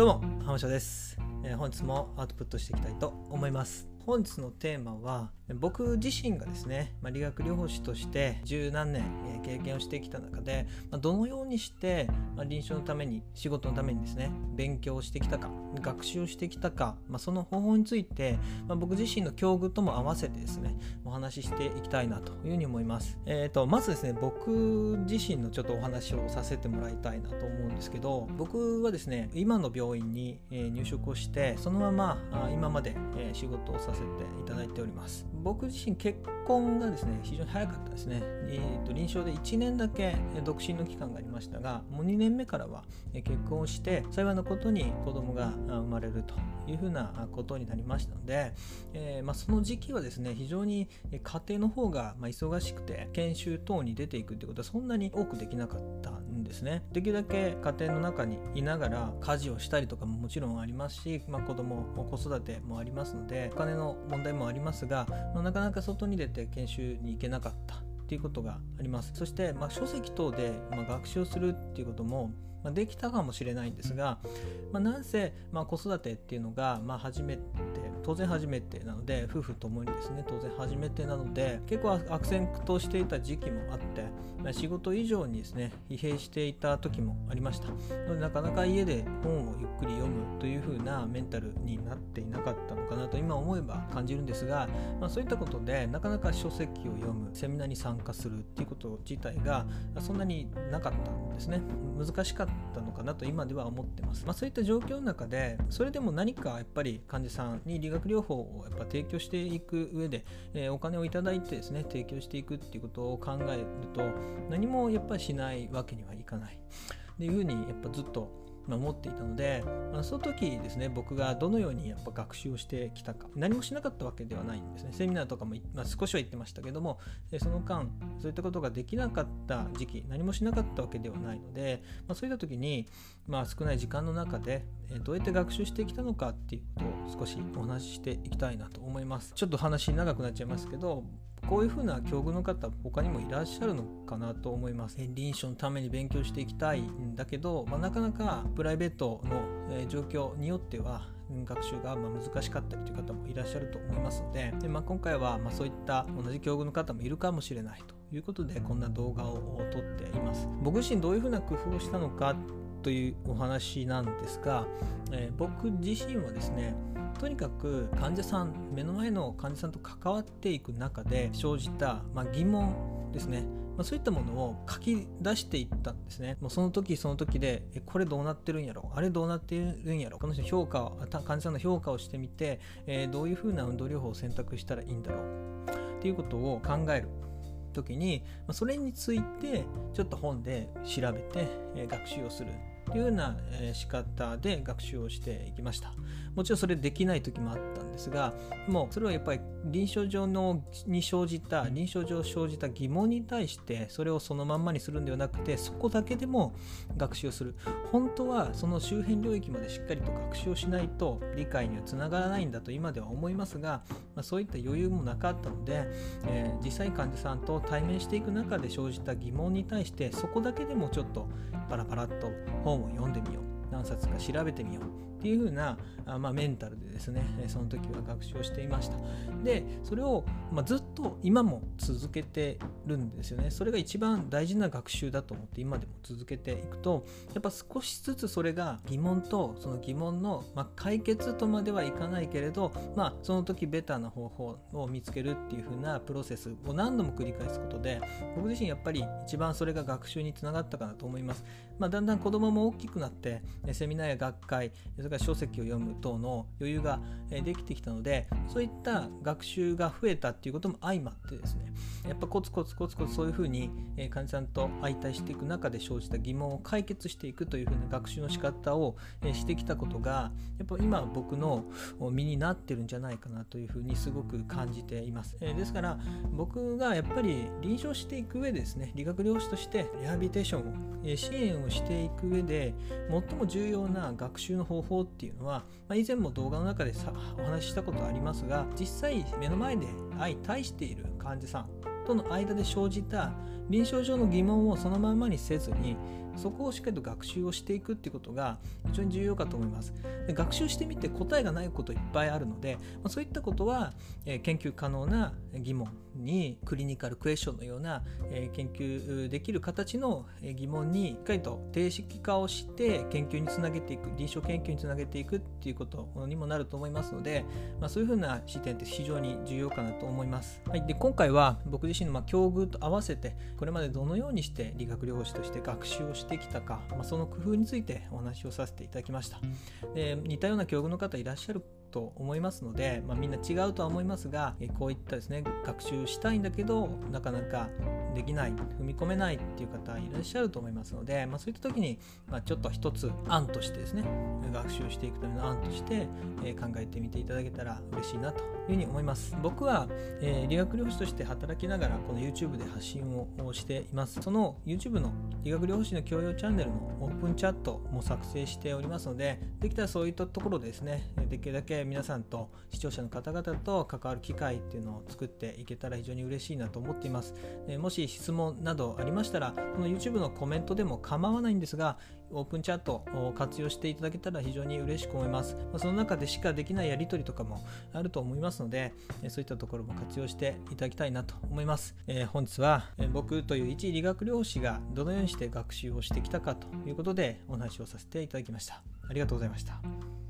どうも浜翔です。本日もアウトプットしていきたいと思います。本日のテーマは僕自身がですね、理学療法士として十何年経験をしてきた中でどのようにして臨床のために仕事のためにですね勉強をしてきたか学習をしてきたか、その方法について僕自身の境遇とも合わせてですねお話ししていきたいなというふうに思います。まずですね僕自身のちょっとお話をさせてもらいたいなと思うんですけど、僕はですね今の病院に入職をしてそのまま今まで仕事をさせていただいております。僕自身結婚がですね非常に早かったですね。臨床で1年だけ独身の期間がありましたが、もう2年目からは結婚をして幸いなことに子供が生まれるというふうなことになりましたので、その時期はですね非常に家庭の方が忙しくて研修等に出ていくということはそんなに多くできなかったんですね。できるだけ家庭の中にいながら家事をしたりとかももちろんありますし、子供子育てもありますのでお金の問題もありますが、なかなか外に出て研修に行けなかったっていうことがあります。そして、書籍等で、学習するっていうことも、できたかもしれないんですが、なんせ、子育てっていうのが、当然初めてなので夫婦ともにですね当然初めてなので結構悪戦苦闘していた時期もあって、仕事以上にですね疲弊していた時もありました。なのでなかなか家で本をゆっくり読むという風なメンタルになっていなかったのかなと今思えば感じるんですが、そういったことでなかなか書籍を読むセミナーに参加するっていうこと自体がそんなになかったんですね。難しかったのかなと今では思ってます。そういった状況の中でそれでも何かやっぱり患者さんに理学療法をやっぱ提供していく上で、お金をいただいてですね提供していくっていうことを考えると何もやっぱりしないわけにはいかないっていうふうにやっぱずっと思っていたので、その時ですね僕がどのようにやっぱ学習をしてきたか、何もしなかったわけではないんですね。セミナーとかも、少しは行ってましたけども、その間そういったことができなかった時期何もしなかったわけではないので、そういった時に、少ない時間の中でどうやって学習してきたのかっていうことを少しお話ししていきたいなと思います。ちょっと話長くなっちゃいますけど、こういうふうな境遇の方他にもいらっしゃるのかなと思います。臨床のために勉強していきたいんだけど、なかなかプライベートの状況によっては学習が難しかったりという方もいらっしゃると思いますので、今回はそういった同じ境遇の方もいるかもしれないということでこんな動画を撮っています。僕自身どういうふうな工夫をしたのかというお話なんですが、僕自身はですねとにかく目の前の患者さんと関わっていく中で生じた、疑問ですね、そういったものを書き出していったんですね。もうその時その時でこれどうなってるんやろ、あれどうなってるんやろ、この人患者さんの評価をしてみて、どういうふうな運動療法を選択したらいいんだろうっていうことを考える時に、それについてちょっと本で調べて、学習をするというような仕方で学習をしていきました。もちろんそれできない時もあったんですが、でもそれはやっぱり臨床上生じた疑問に対してそれをそのまんまにするんではなくて、そこだけでも学習をする。本当はその周辺領域までしっかりと学習をしないと理解にはつながらないんだと今では思いますが、そういった余裕もなかったので、実際患者さんと対面していく中で生じた疑問に対してそこだけでもちょっとパラパラっと本を読んでみよう、何冊か調べてみようっていう風な、メンタルでですねその時は学習をしていました。でそれを、ずっと今も続けてるんですよね。それが一番大事な学習だと思って今でも続けていくと、やっぱ少しずつそれが疑問とその疑問の、解決とまではいかないけれど、その時ベターな方法を見つけるっていう風なプロセスを何度も繰り返すことで、僕自身やっぱり一番それが学習につながったかなと思います。だんだん子供も大きくなってセミナーや学会、それから書籍を読む等の余裕ができてきたので、そういった学習が増えたっていうことも相まってですね、やっぱコツコツそういうふうに患者さんと相対していく中で生じた疑問を解決していくというふうな学習の仕方をしてきたことがやっぱ今僕の身になってるんじゃないかなというふうにすごく感じています。ですから僕がやっぱり臨床していく上でですね、理学療法士としてリハビリテーションを支援をしていく上で最も重要な学習の方法っていうのは、以前も動画の中でお話ししたことありますが、実際目の前で相対している患者さんとの間で生じた臨床上の疑問をそのままにせずに、 そこをしっかりと学習をしていくっていうことが非常に重要かと思います。で学習してみて答えがないこといっぱいあるので、そういったことは、研究可能な疑問にクリニカルクエスチョンのような、研究できる形の疑問にしっかりと定式化をして研究につなげていく、臨床研究につなげていくっていうことにもなると思いますので、そういうふうな視点って非常に重要かなと思います。はい、で今回は僕自身の境遇と合わせてこれまでどのようにして理学療法士として学習をしてきたか、その工夫についてお話をさせていただきました。で似たような境遇の方いらっしゃると思いますので、みんな違うとは思いますが、こういったですね、学習したいんだけどなかなかできない、踏み込めないっていう方いらっしゃると思いますので、そういった時に、ちょっと一つ案としてですね、学習していくための案として、考えてみていただけたら嬉しいなというふうに思います。僕は、理学療法士として働きながらこの YouTube で発信をしています。その YouTube の理学療法士の教養チャンネルのオープンチャットも作成しておりますので、できたらそういったところでですね、できるだけ皆さんと視聴者の方々と関わる機会っていうのを作っていけたら非常に嬉しいなと思っています。もし質問などありましたら、この YouTube のコメントでも構わないんですが、オープンチャットを活用していただけたら非常に嬉しく思います。その中でしかできないやり取りとかもあると思いますので、そういったところも活用していただきたいなと思います。本日は僕という一理学療法士がどのようにして学習をしてきたかということでお話をさせていただきました。ありがとうございました。